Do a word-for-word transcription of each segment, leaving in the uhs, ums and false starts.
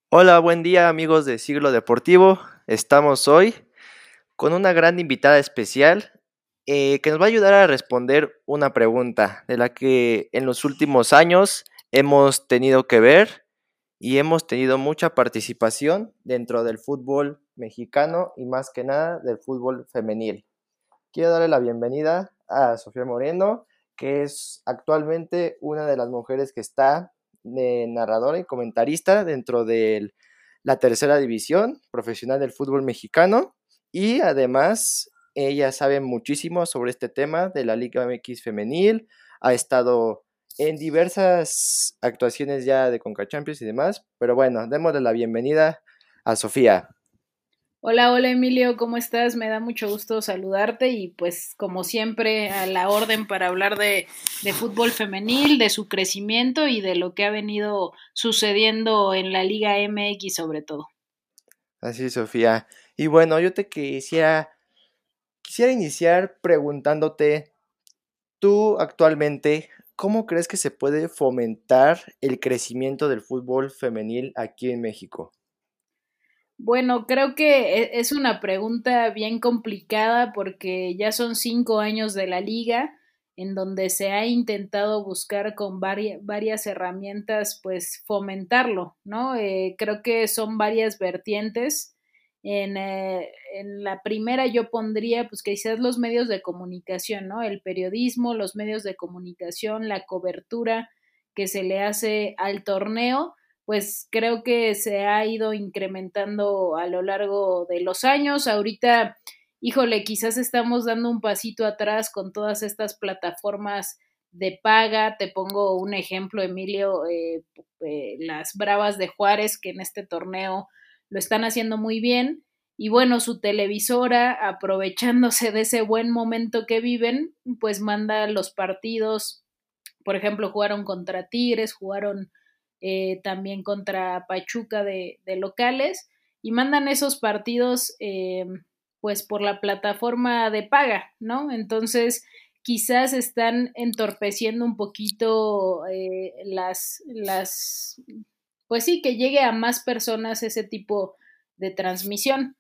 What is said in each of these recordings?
Hola, buen día amigos de Siglo Deportivo. Estamos hoy con una gran invitada especial eh, que nos va a ayudar a responder una pregunta de la que en los últimos años hemos tenido que ver y hemos tenido mucha participación dentro del fútbol mexicano y más que nada del fútbol femenil. Quiero darle la bienvenida a Sofía Moreno, que es actualmente una de las mujeres que está de narradora y comentarista dentro de la tercera división profesional del fútbol mexicano y además ella sabe muchísimo sobre este tema de la Liga M X femenil, ha estado en diversas actuaciones ya de Conca Champions y demás, pero bueno, démosle la bienvenida a Sofía. Hola, hola Emilio, ¿cómo estás? Me da mucho gusto saludarte y pues como siempre a la orden para hablar de, de fútbol femenil, de su crecimiento y de lo que ha venido sucediendo en la Liga M X sobre todo. Así es, Sofía. Y bueno, yo te quisiera Quisiera iniciar preguntándote, tú actualmente, ¿cómo crees que se puede fomentar el crecimiento del fútbol femenil aquí en México? Bueno, creo que e- es una pregunta bien complicada porque ya son cinco años de la liga en donde se ha intentado buscar con vari- varias herramientas pues fomentarlo, ¿no? Eh, creo que son varias vertientes. En, eh, en la primera yo pondría pues quizás los medios de comunicación, ¿no? El periodismo, los medios de comunicación, la cobertura que se le hace al torneo pues creo que se ha ido incrementando a lo largo de los años. Ahorita, híjole, quizás estamos dando un pasito atrás con todas estas plataformas de paga. Te pongo un ejemplo, Emilio, eh, eh, las Bravas de Juárez, que en este torneo lo están haciendo muy bien. Y bueno, su televisora, aprovechándose de ese buen momento que viven, pues manda los partidos. Por ejemplo, jugaron contra Tigres, jugaron eh, también contra Pachuca de, de, locales y mandan esos partidos eh, pues por la plataforma de paga, ¿no? Entonces quizás están entorpeciendo un poquito eh, las, las, pues sí, que llegue a más personas ese tipo de transmisión.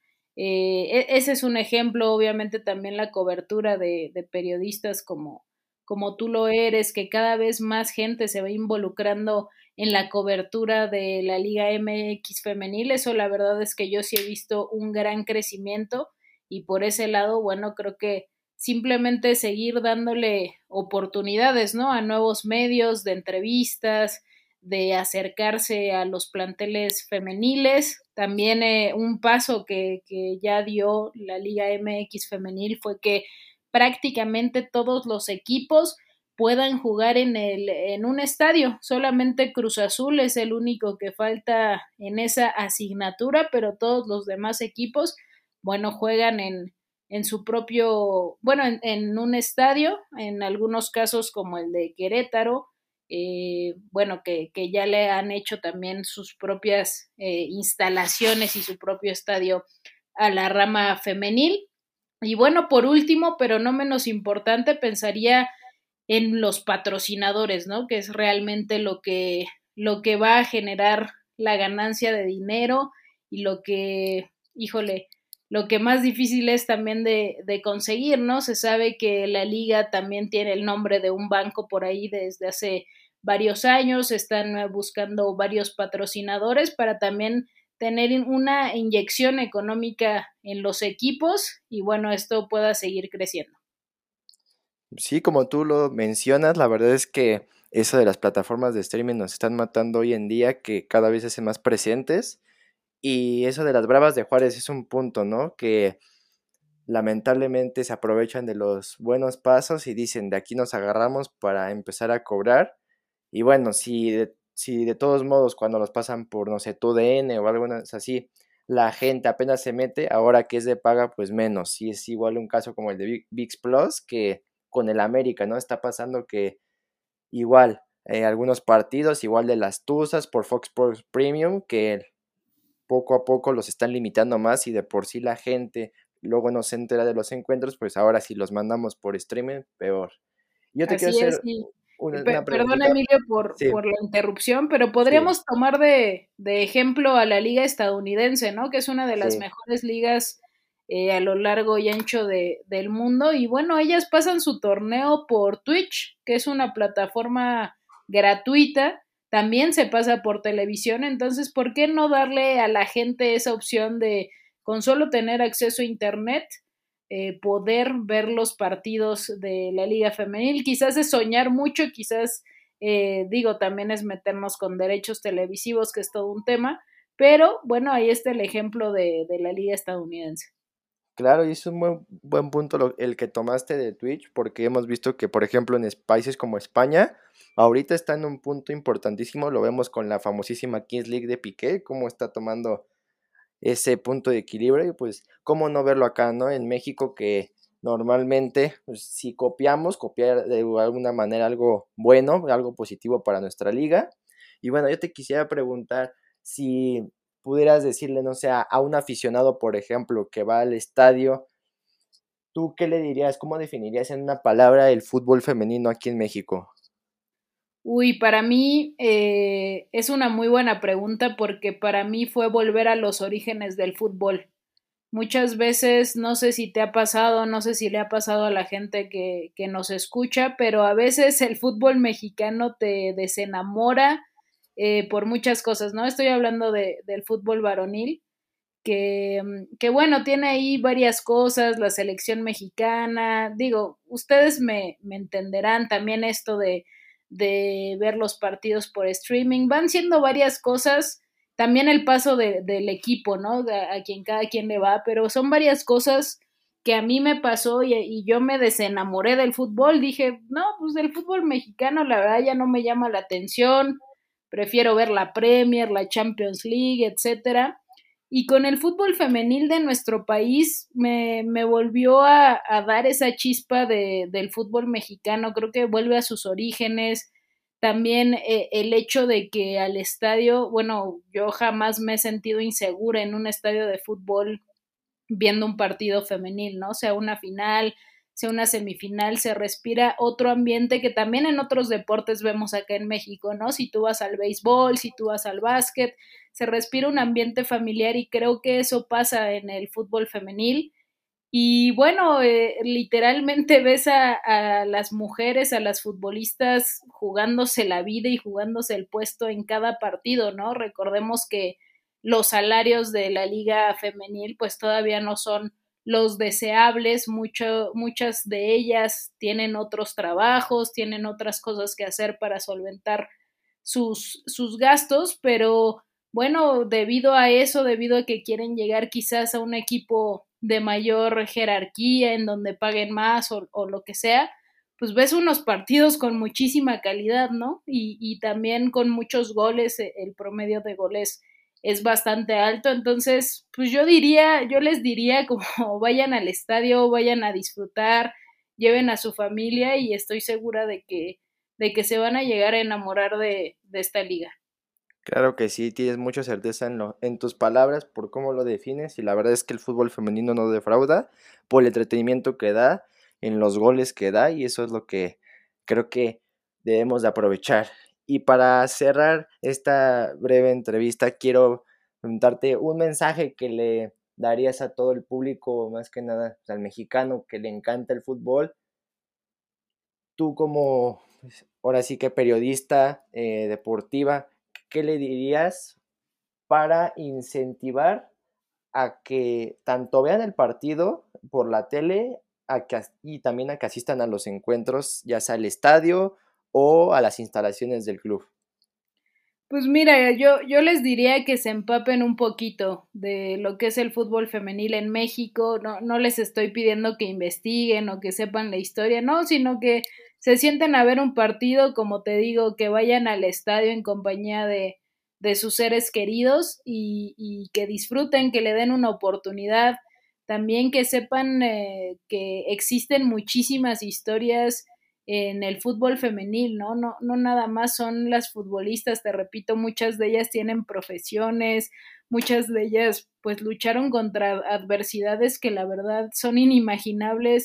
Eh, e, ese es un ejemplo, obviamente también la cobertura de, de periodistas como, como tú lo eres, que cada vez más gente se va involucrando en la cobertura de la Liga M X femenil. Eso la verdad es que yo sí he visto un gran crecimiento y por ese lado, bueno, creo que simplemente seguir dándole oportunidades, ¿no? A nuevos medios de entrevistas, de acercarse a los planteles femeniles. También eh, un paso que, que ya dio la Liga M X femenil fue que prácticamente todos los equipos puedan jugar en, el, en un estadio. Solamente Cruz Azul es el único que falta en esa asignatura, pero todos los demás equipos, bueno, juegan en, en su propio, bueno, en, en, un estadio, en algunos casos como el de Querétaro, eh, bueno, que, que, ya le han hecho también sus propias eh, instalaciones y su propio estadio a la rama femenil. Y bueno, por último, pero no menos importante, pensaría en los patrocinadores, ¿no? Que es realmente lo que, lo que va a generar la ganancia de dinero y lo que, híjole, lo que más difícil es también de, de conseguir, ¿no? Se sabe que la liga también tiene el nombre de un banco por ahí desde hace varios años, están buscando varios patrocinadores para también tener una inyección económica en los equipos y bueno, esto pueda seguir creciendo. Sí, como tú lo mencionas, la verdad es que eso de las plataformas de streaming nos están matando hoy en día, que cada vez se hacen más presentes. Y eso de las Bravas de Juárez es un punto, ¿no? Que lamentablemente se aprovechan de los buenos pasos y dicen, de aquí nos agarramos para empezar a cobrar. Y bueno, si de, si de todos modos cuando los pasan por, no sé, tu D N o algo así, la gente apenas se mete, ahora que es de paga, pues menos. Si es igual un caso como el de VIX Plus, que con el América, ¿no? Está pasando que igual, eh, algunos partidos, igual de las Tuzas por Fox Sports Premium, que poco a poco los están limitando más y de por sí la gente luego no se entera de los encuentros, pues ahora si los mandamos por streaming, peor. Yo te quiero Así es, hacer sí. una, Pe- una Perdón, preguntita. Emilio, por, Sí, por la interrupción, pero sí, podríamos tomar de, de ejemplo a la liga estadounidense, ¿no? Que es una de las sí, mejores ligas eh, a lo largo y ancho de, del mundo. Y bueno, ellas pasan su torneo por Twitch, que es una plataforma gratuita. También se pasa por televisión. Entonces, ¿por qué no darle a la gente esa opción de, con solo tener acceso a Internet, eh, poder ver los partidos de la Liga Femenil? Quizás es soñar mucho, quizás, eh, digo, también es meternos con derechos televisivos, que es todo un tema, pero bueno, ahí está el ejemplo de, de la Liga estadounidense. claro, y es un buen, buen punto lo- el que tomaste de Twitch, porque hemos visto que, por ejemplo, en es- países como España, ahorita está en un punto importantísimo, lo vemos con la famosísima Kings League de Piqué, cómo está tomando ese punto de equilibrio y pues cómo no verlo acá, ¿no? En México que normalmente pues, si copiamos, copiar de alguna manera algo bueno, algo positivo para nuestra liga. Y bueno, yo te quisiera preguntar si pudieras decirle, no sé, a, a un aficionado, por ejemplo, que va al estadio, ¿tú qué le dirías? ¿Cómo definirías en una palabra el fútbol femenino aquí en México? Uy, para mí eh, es una muy buena pregunta porque para mí fue volver a los orígenes del fútbol. Muchas veces, no sé si te ha pasado, no sé si le ha pasado a la gente que, que nos escucha, pero a veces el fútbol mexicano te desenamora eh, por muchas cosas, ¿no? Estoy hablando de, del fútbol varonil, que, mm, que bueno, tiene ahí varias cosas, la selección mexicana, digo, ustedes me, me entenderán también esto de, de ver los partidos por streaming, van siendo varias cosas, también el paso de, del equipo, ¿no? A, a quien cada quien le va, pero son varias cosas que a mí me pasó y, y yo me desenamoré del fútbol, dije, no, pues el fútbol mexicano la verdad ya no me llama la atención, prefiero ver la Premier, la Champions League, etcétera. Y con el fútbol femenil de nuestro país me, me volvió a, a, dar esa chispa de, del fútbol mexicano, creo que vuelve a sus orígenes. También eh, el hecho de que al estadio, bueno, yo jamás me he sentido insegura en un estadio de fútbol viendo un partido femenil, ¿no? Sea una final, sea una semifinal, se respira otro ambiente que también en otros deportes vemos acá en México, ¿no? Si tú vas al béisbol, si tú vas al básquet, se respira un ambiente familiar y creo que eso pasa en el fútbol femenil. Y bueno, eh, literalmente ves a, a las mujeres, a las futbolistas jugándose la vida y jugándose el puesto en cada partido, ¿no? Recordemos que los salarios de la liga femenil pues todavía no son los deseables, mucho, muchas de ellas tienen otros trabajos, tienen otras cosas que hacer para solventar sus, sus gastos, pero bueno, debido a eso, debido a que quieren llegar quizás a un equipo de mayor jerarquía, en donde paguen más o, o lo que sea, pues ves unos partidos con muchísima calidad, ¿no? Y, y también con muchos goles, el promedio de goles es bastante alto, entonces, pues yo diría, yo les diría como vayan al estadio, vayan a disfrutar, lleven a su familia y estoy segura de que, de que se van a llegar a enamorar de, de esta liga. Claro que sí, tienes mucha certeza en, lo, en tus palabras por cómo lo defines y la verdad es que el fútbol femenino no defrauda por el entretenimiento que da, en los goles que da y eso es lo que creo que debemos de aprovechar. Y para cerrar esta breve entrevista quiero preguntarte un mensaje que le darías a todo el público, más que nada pues, al mexicano que le encanta el fútbol. Tú como, pues, ahora sí que periodista eh, deportiva, ¿qué le dirías para incentivar a que tanto vean el partido por la tele a que, y también a que asistan a los encuentros, ya sea al estadio o a las instalaciones del club? Pues mira, yo, yo les diría que se empapen un poquito de lo que es el fútbol femenil en México. No, no les estoy pidiendo que investiguen o que sepan la historia, no, sino que se sienten a ver un partido, como te digo, que vayan al estadio en compañía de, de sus seres queridos y, y que disfruten, que le den una oportunidad. También que sepan eh, que existen muchísimas historias en el fútbol femenil, ¿no? No, no nada más son las futbolistas, te repito, muchas de ellas tienen profesiones, muchas de ellas pues lucharon contra adversidades que la verdad son inimaginables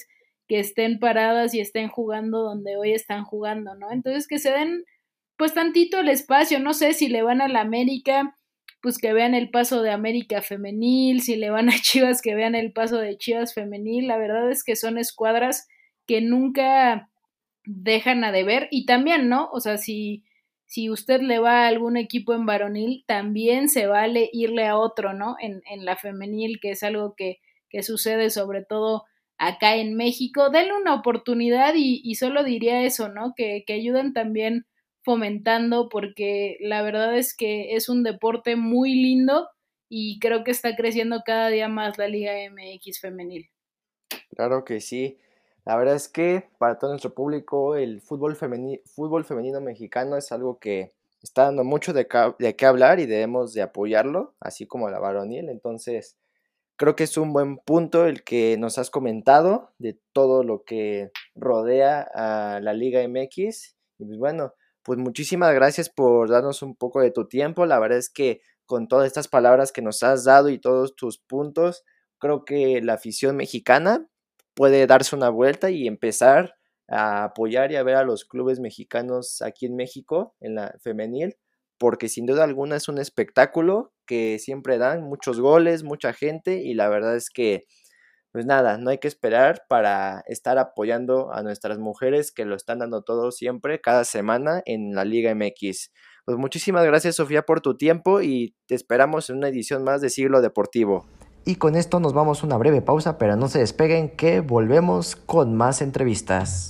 que estén paradas y estén jugando donde hoy están jugando, ¿no? Entonces que se den pues tantito el espacio, no sé si le van a la América, pues que vean el paso de América femenil, si le van a Chivas, que vean el paso de Chivas femenil, la verdad es que son escuadras que nunca dejan a deber y también, ¿no? O sea, si, si usted le va a algún equipo en varonil, también se vale irle a otro, ¿no? En, en la femenil, que es algo que, que sucede sobre todo acá en México. Denle una oportunidad y, y solo diría eso, ¿no? Que, que ayuden también fomentando porque la verdad es que es un deporte muy lindo y creo que está creciendo cada día más la Liga M X femenil. Claro que sí. La verdad es que para todo nuestro público el fútbol femenino, fútbol femenino mexicano es algo que está dando mucho de, ca- de qué hablar y debemos de apoyarlo, así como la varonil. Entonces, creo que es un buen punto el que nos has comentado de todo lo que rodea a la Liga M X. Y pues bueno, pues muchísimas gracias por darnos un poco de tu tiempo. La verdad es que con todas estas palabras que nos has dado y todos tus puntos, creo que la afición mexicana puede darse una vuelta y empezar a apoyar y a ver a los clubes mexicanos aquí en México, en la femenil, porque sin duda alguna es un espectáculo que siempre dan muchos goles, mucha gente y la verdad es que, pues nada, no hay que esperar para estar apoyando a nuestras mujeres que lo están dando todo siempre, cada semana en la Liga M X. Pues muchísimas gracias Sofía por tu tiempo y te esperamos en una edición más de Siglo Deportivo. Y con esto nos vamos a una breve pausa, pero no se despeguen que volvemos con más entrevistas.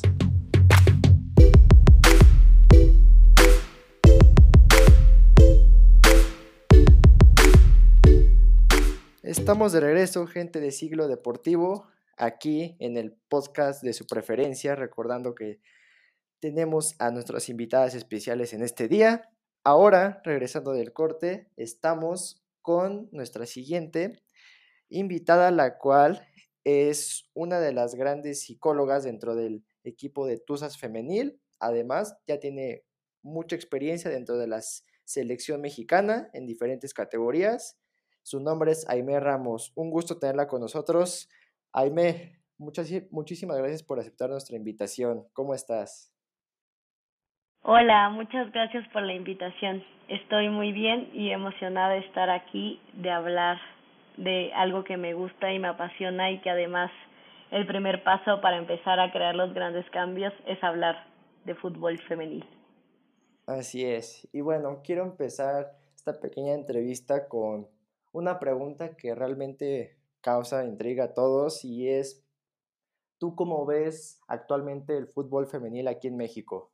Estamos de regreso, gente de Siglo Deportivo, aquí en el podcast de su preferencia, recordando que tenemos a nuestras invitadas especiales en este día. Ahora, regresando del corte, estamos con nuestra siguiente invitada, la cual es una de las grandes psicólogas dentro del equipo de Tuzas Femenil. Además, ya tiene mucha experiencia dentro de la selección mexicana en diferentes categorías. Su nombre es Aimé Ramos. Un gusto tenerla con nosotros. Aimé, muchas, muchísimas gracias por aceptar nuestra invitación. ¿Cómo estás? Hola, muchas gracias por la invitación. Estoy muy bien y emocionada de estar aquí, de hablar de algo que me gusta y me apasiona y que además el primer paso para empezar a crear los grandes cambios es hablar de fútbol femenil. Así es. Y bueno, quiero empezar esta pequeña entrevista con una pregunta que realmente causa intriga a todos y es, ¿tú cómo ves actualmente el fútbol femenil aquí en México?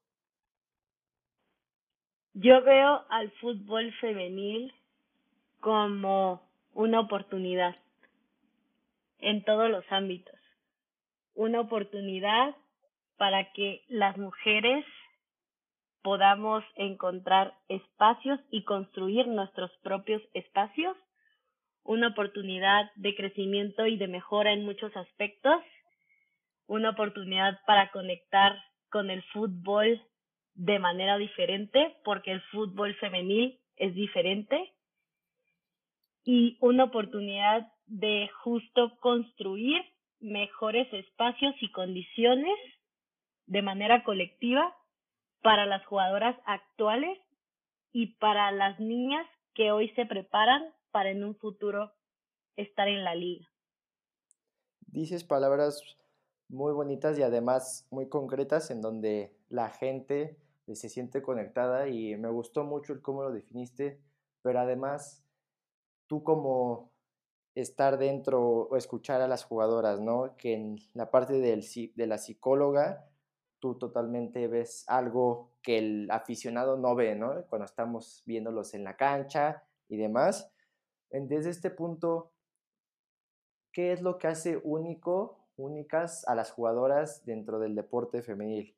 Yo veo al fútbol femenil como una oportunidad en todos los ámbitos, una oportunidad para que las mujeres podamos encontrar espacios y construir nuestros propios espacios, una oportunidad de crecimiento y de mejora en muchos aspectos, una oportunidad para conectar con el fútbol de manera diferente, porque el fútbol femenil es diferente, y una oportunidad de justo construir mejores espacios y condiciones de manera colectiva para las jugadoras actuales y para las niñas que hoy se preparan para en un futuro estar en la liga. Dices palabras muy bonitas y además muy concretas en donde la gente se siente conectada y me gustó mucho el cómo lo definiste, pero además tú como estar dentro o escuchar a las jugadoras, ¿no? Que en la parte del, de la psicóloga, tú totalmente ves algo que el aficionado no ve, ¿no? Cuando estamos viéndolos en la cancha y demás. Desde este punto, ¿qué es lo que hace único, únicas a las jugadoras dentro del deporte femenil?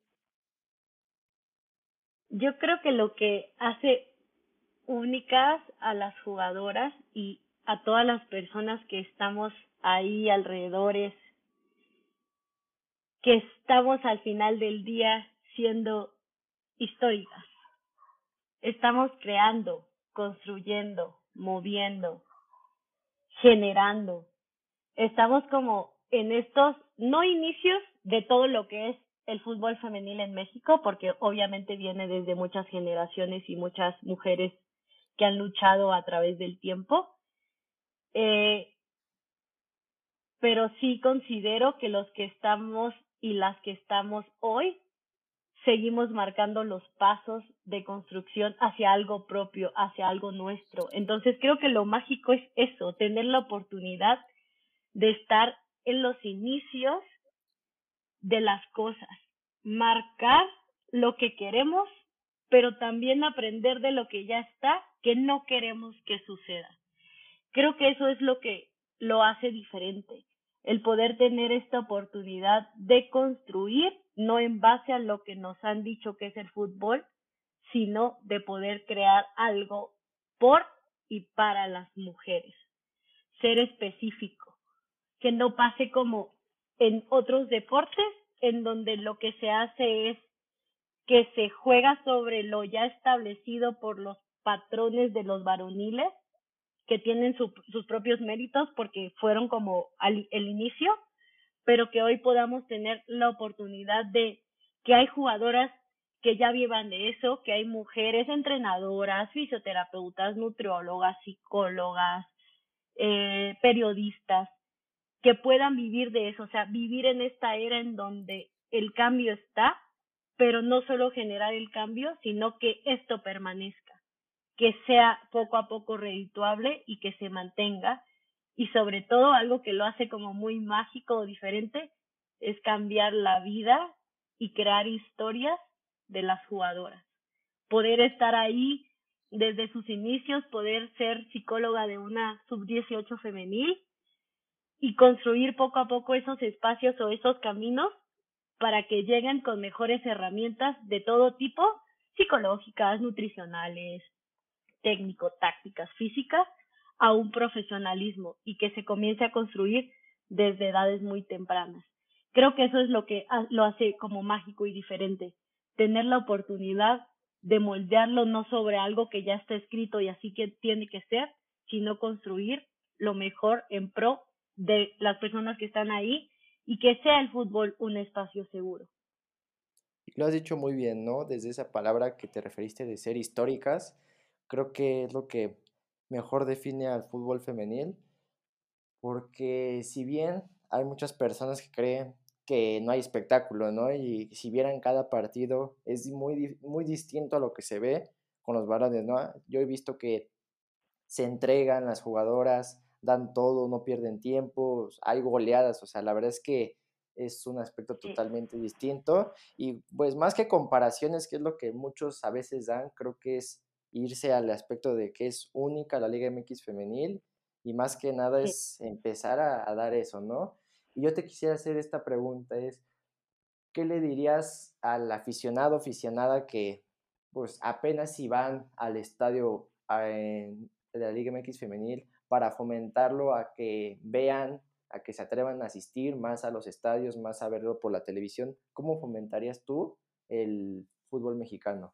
Yo creo que lo que hace únicas a las jugadoras y a todas las personas que estamos ahí alrededor es que estamos al final del día siendo históricas. Estamos creando, construyendo, moviendo, generando. Estamos como en estos, no inicios de todo lo que es el fútbol femenil en México, porque obviamente viene desde muchas generaciones y muchas mujeres que han luchado a través del tiempo. Eh, pero sí considero que los que estamos y las que estamos hoy seguimos marcando los pasos de construcción hacia algo propio, hacia algo nuestro. Entonces creo que lo mágico es eso, tener la oportunidad de estar en los inicios de las cosas, marcar lo que queremos, pero también aprender de lo que ya está, que no queremos que suceda. Creo que eso es lo que lo hace diferente, el poder tener esta oportunidad de construir, no en base a lo que nos han dicho que es el fútbol, sino de poder crear algo por y para las mujeres. Ser específico, que no pase como en otros deportes, en donde lo que se hace es que se juega sobre lo ya establecido por los patrones de los varoniles, que tienen su, sus propios méritos porque fueron como al, el inicio, pero que hoy podamos tener la oportunidad de que hay jugadoras que ya vivan de eso, que hay mujeres entrenadoras, fisioterapeutas, nutriólogas, psicólogas, eh, periodistas, que puedan vivir de eso, o sea, vivir en esta era en donde el cambio está, pero no solo generar el cambio, sino que esto permanezca, que sea poco a poco redituable y que se mantenga. Y sobre todo, algo que lo hace como muy mágico o diferente, es cambiar la vida y crear historias de las jugadoras. Poder estar ahí desde sus inicios, poder ser psicóloga de una sub dieciocho femenil y construir poco a poco esos espacios o esos caminos para que lleguen con mejores herramientas de todo tipo, psicológicas, nutricionales, técnico-tácticas, físicas, a un profesionalismo y que se comience a construir desde edades muy tempranas. Creo que eso es lo que lo hace como mágico y diferente, tener la oportunidad de moldearlo no sobre algo que ya está escrito y así que tiene que ser, sino construir lo mejor en pro de las personas que están ahí y que sea el fútbol un espacio seguro. Lo has dicho muy bien, ¿no? Desde esa palabra que te referiste de ser históricas, creo que es lo que mejor define al fútbol femenil, porque si bien hay muchas personas que creen que no hay espectáculo, ¿no? Y si vieran cada partido es muy, muy distinto a lo que se ve con los varones, ¿no? Yo he visto que se entregan las jugadoras, dan todo, no pierden tiempo, hay goleadas, o sea, la verdad es que es un aspecto Sí. totalmente distinto y pues más que comparaciones, que es lo que muchos a veces dan, creo que es irse al aspecto de que es única la Liga M X femenil y más que nada Sí. es empezar a, a dar eso, ¿no? Y yo te quisiera hacer esta pregunta, es, ¿qué le dirías al aficionado, aficionada que pues apenas si van al estadio a, en, de la Liga M X femenil para fomentarlo a que vean, a que se atrevan a asistir más a los estadios, más a verlo por la televisión? ¿Cómo fomentarías tú el fútbol mexicano?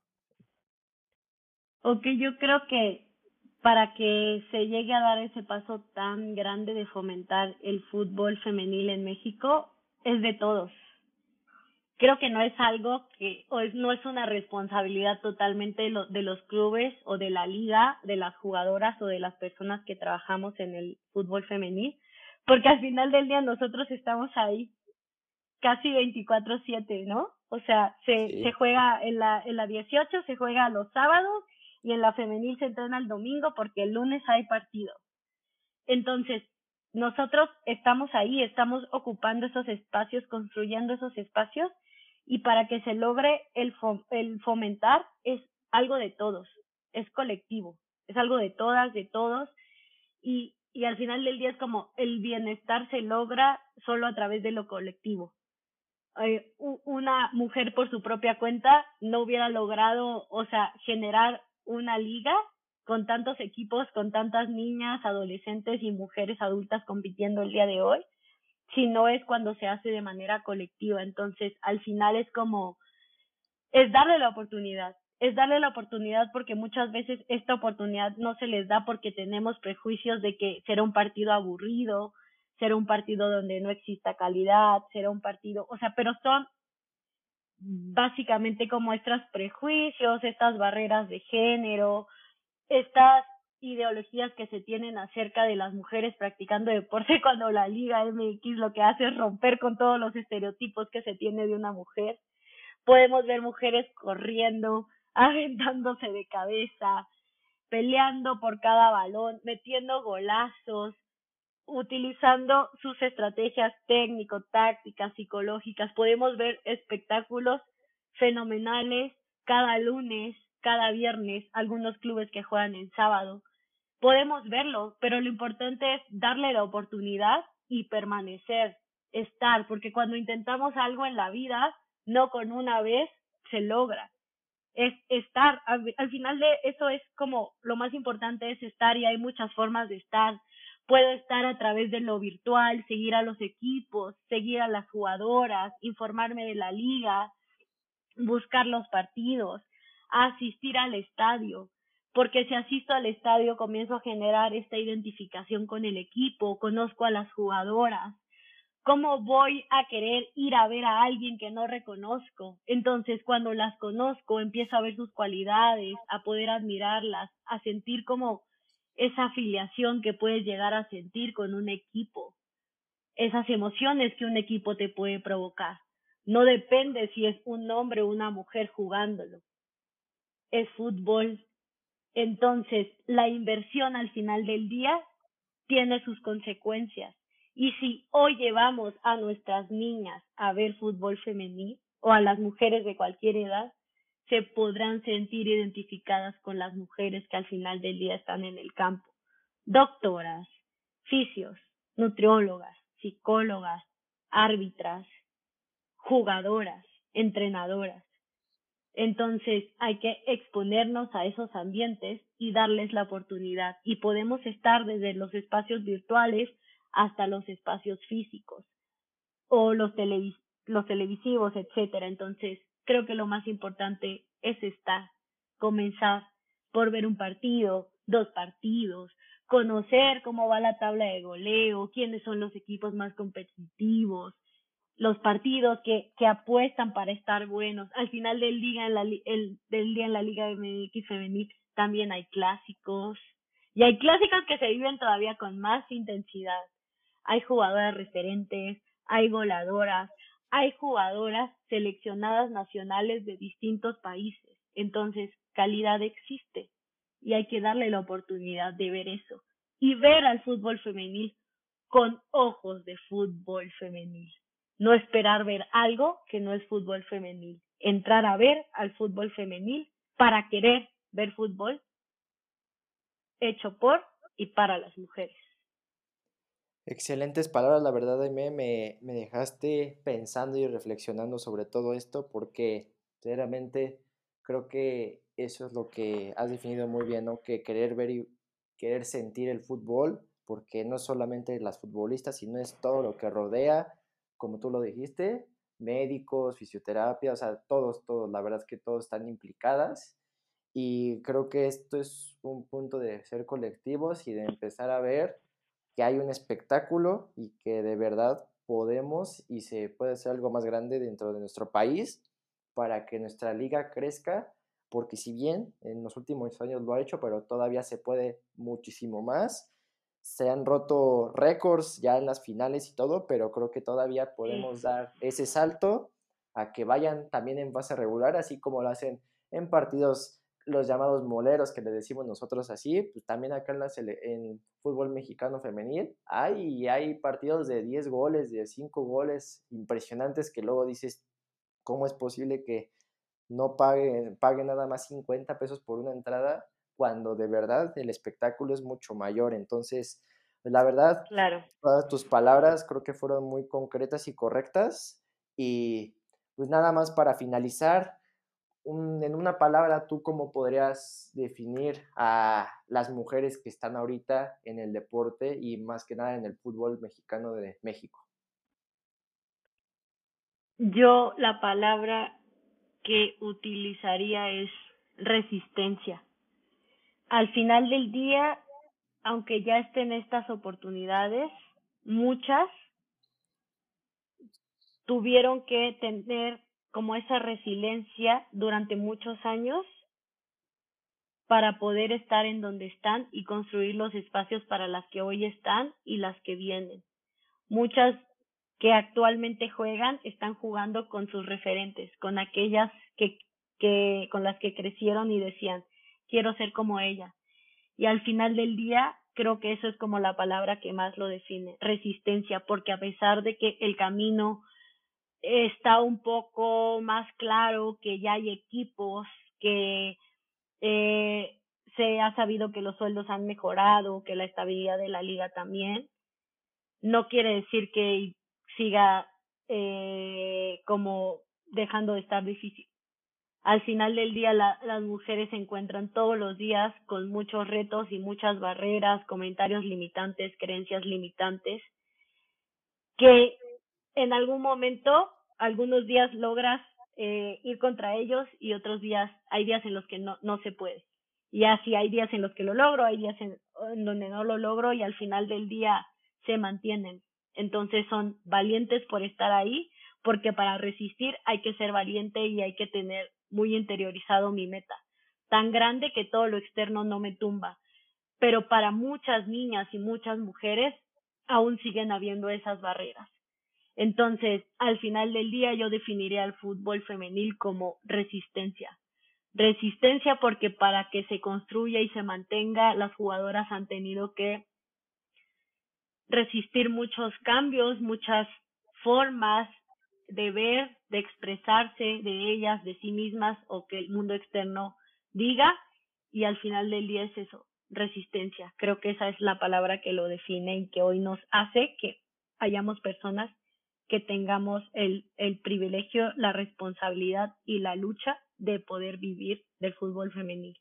Ok, yo creo que para que se llegue a dar ese paso tan grande de fomentar el fútbol femenil en México, es de todos. Creo que no es algo que, o es, no es una responsabilidad totalmente de, lo, de los clubes o de la liga, de las jugadoras o de las personas que trabajamos en el fútbol femenil, porque al final del día nosotros estamos ahí casi veinticuatro siete, ¿no? O sea, se, Sí. se juega en la, en la dieciocho, se juega los sábados y en la femenil se entrena el domingo porque el lunes hay partido. Entonces, nosotros estamos ahí, estamos ocupando esos espacios, construyendo esos espacios y para que se logre el, fom el fomentar es algo de todos, es colectivo, es algo de todas, de todos y, y al final del día es como el bienestar se logra solo a través de lo colectivo. Eh, una mujer por su propia cuenta no hubiera logrado, o sea, generar una liga con tantos equipos, con tantas niñas, adolescentes y mujeres adultas compitiendo el día de hoy, si no es cuando se hace de manera colectiva. Entonces, al final es como, es darle la oportunidad, es darle la oportunidad porque muchas veces esta oportunidad no se les da porque tenemos prejuicios de que será un partido aburrido, será un partido donde no exista calidad, será un partido, o sea, pero son básicamente como estos prejuicios, estas barreras de género, estas ideologías que se tienen acerca de las mujeres practicando deporte cuando la Liga M X lo que hace es romper con todos los estereotipos que se tiene de una mujer. Podemos ver mujeres corriendo, aventándose de cabeza, peleando por cada balón, metiendo golazos, utilizando sus estrategias técnico-tácticas, psicológicas. Podemos ver espectáculos fenomenales cada lunes, cada viernes, algunos clubes que juegan en sábado. Podemos verlo, pero lo importante es darle la oportunidad y permanecer, estar, porque cuando intentamos algo en la vida, no con una vez se logra. Es estar, al, al final de eso es como lo más importante es estar y hay muchas formas de estar. Puedo estar a través de lo virtual, seguir a los equipos, seguir a las jugadoras, informarme de la liga, buscar los partidos, asistir al estadio, porque si asisto al estadio comienzo a generar esta identificación con el equipo, conozco a las jugadoras. ¿Cómo voy a querer ir a ver a alguien que no reconozco? Entonces, cuando las conozco, empiezo a ver sus cualidades, a poder admirarlas, a sentir como esa afiliación que puedes llegar a sentir con un equipo, esas emociones que un equipo te puede provocar. No depende si es un hombre o una mujer jugándolo. Es fútbol. Entonces, la inversión al final del día tiene sus consecuencias. Y si hoy llevamos a nuestras niñas a ver fútbol femenil o a las mujeres de cualquier edad, se podrán sentir identificadas con las mujeres que al final del día están en el campo. Doctoras, fisios, nutriólogas, psicólogas, árbitras, jugadoras, entrenadoras. Entonces hay que exponernos a esos ambientes y darles la oportunidad. Y podemos estar desde los espacios virtuales hasta los espacios físicos o los, televis los televisivos, etcétera. Entonces creo que lo más importante es estar, comenzar por ver un partido, dos partidos, conocer cómo va la tabla de goleo, quiénes son los equipos más competitivos, los partidos que, que apuestan para estar buenos. Al final del día en la, el, del día en la Liga M X femenil también hay clásicos. Y hay clásicos que se viven todavía con más intensidad. Hay jugadoras referentes, hay voladoras, hay jugadoras seleccionadas nacionales de distintos países. Entonces, calidad existe y hay que darle la oportunidad de ver eso. Y ver al fútbol femenil con ojos de fútbol femenil. No esperar ver algo que no es fútbol femenil. Entrar a ver al fútbol femenil para querer ver fútbol hecho por y para las mujeres. Excelentes palabras, la verdad, Aimee, me, me dejaste pensando y reflexionando sobre todo esto porque sinceramente creo que eso es lo que has definido muy bien, ¿no? Que querer ver y querer sentir el fútbol, porque no solamente las futbolistas, sino es todo lo que rodea, como tú lo dijiste, médicos, fisioterapia, o sea, todos, todos, la verdad es que todos están implicadas y creo que esto es un punto de ser colectivos y de empezar a ver que hay un espectáculo y que de verdad podemos y se puede hacer algo más grande dentro de nuestro país para que nuestra liga crezca, porque si bien en los últimos años lo ha hecho, pero todavía se puede muchísimo más. Se han roto récords ya en las finales y todo, pero creo que todavía podemos dar ese salto a que vayan también en fase regular, así como lo hacen en partidos los llamados moleros que le decimos nosotros así, pues también acá en, la en fútbol mexicano femenil hay, hay partidos de diez goles, de cinco goles impresionantes que luego dices, ¿cómo es posible que no paguen, paguen nada más cincuenta pesos por una entrada cuando de verdad el espectáculo es mucho mayor? Entonces, pues la verdad, claro. Todas tus palabras creo que fueron muy concretas y correctas y pues nada más para finalizar, un, en una palabra, ¿tú cómo podrías definir a las mujeres que están ahorita en el deporte y más que nada en el fútbol mexicano de México? Yo la palabra que utilizaría es resistencia. Al final del día, aunque ya estén estas oportunidades, muchas tuvieron que tener como esa resiliencia durante muchos años para poder estar en donde están y construir los espacios para las que hoy están y las que vienen. Muchas que actualmente juegan están jugando con sus referentes, con aquellas que, que con las que crecieron y decían, quiero ser como ella. Y al final del día, creo que eso es como la palabra que más lo define, resistencia, porque a pesar de que el camino está un poco más claro, que ya hay equipos, que eh, se ha sabido que los sueldos han mejorado, que la estabilidad de la liga también, no quiere decir que siga eh, como dejando de estar difícil. Al final del día la, las mujeres se encuentran todos los días con muchos retos y muchas barreras, comentarios limitantes, creencias limitantes, que en algún momento, algunos días logras eh, ir contra ellos y otros días, hay días en los que no, no se puede. Y así hay días en los que lo logro, hay días en, en donde no lo logro y al final del día se mantienen. Entonces son valientes por estar ahí, porque para resistir hay que ser valiente y hay que tener muy interiorizado mi meta, tan grande que todo lo externo no me tumba. Pero para muchas niñas y muchas mujeres aún siguen habiendo esas barreras. Entonces, al final del día yo definiría al fútbol femenil como resistencia. Resistencia porque para que se construya y se mantenga, las jugadoras han tenido que resistir muchos cambios, muchas formas de ver, de expresarse de ellas, de sí mismas o que el mundo externo diga, y al final del día es eso, resistencia. Creo que esa es la palabra que lo define y que hoy nos hace que hayamos personas que tengamos el, el privilegio, la responsabilidad y la lucha de poder vivir del fútbol femenil.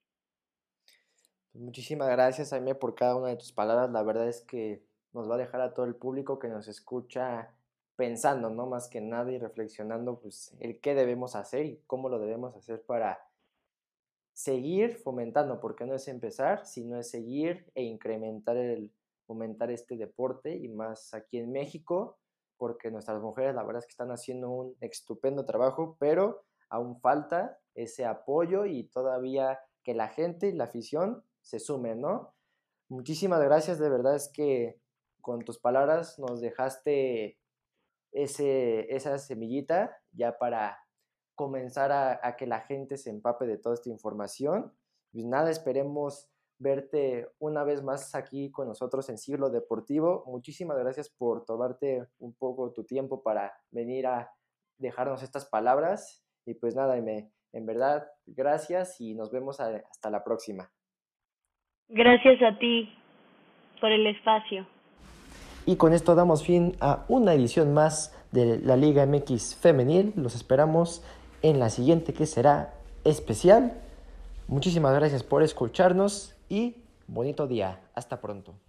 Muchísimas gracias, Jaime, por cada una de tus palabras. La verdad es que nos va a dejar a todo el público que nos escucha pensando, ¿no? Más que nada y reflexionando, pues, el qué debemos hacer y cómo lo debemos hacer para seguir fomentando, porque no es empezar, sino es seguir e incrementar el fomentar este deporte y más aquí en México, porque nuestras mujeres la verdad es que están haciendo un estupendo trabajo, pero aún falta ese apoyo y todavía que la gente y la afición se sumen, ¿no? Muchísimas gracias, de verdad es que con tus palabras nos dejaste ese, esa semillita ya para comenzar a, a que la gente se empape de toda esta información. Pues nada, esperemos verte una vez más aquí con nosotros en Siglo Deportivo. Muchísimas gracias por tomarte un poco tu tiempo para venir a dejarnos estas palabras. Y pues nada, me, en verdad, gracias y nos vemos a, hasta la próxima. Gracias a ti por el espacio. Y con esto damos fin a una edición más de la Liga M X Femenil. Los esperamos en la siguiente, que será especial. Muchísimas gracias por escucharnos y bonito día. Hasta pronto.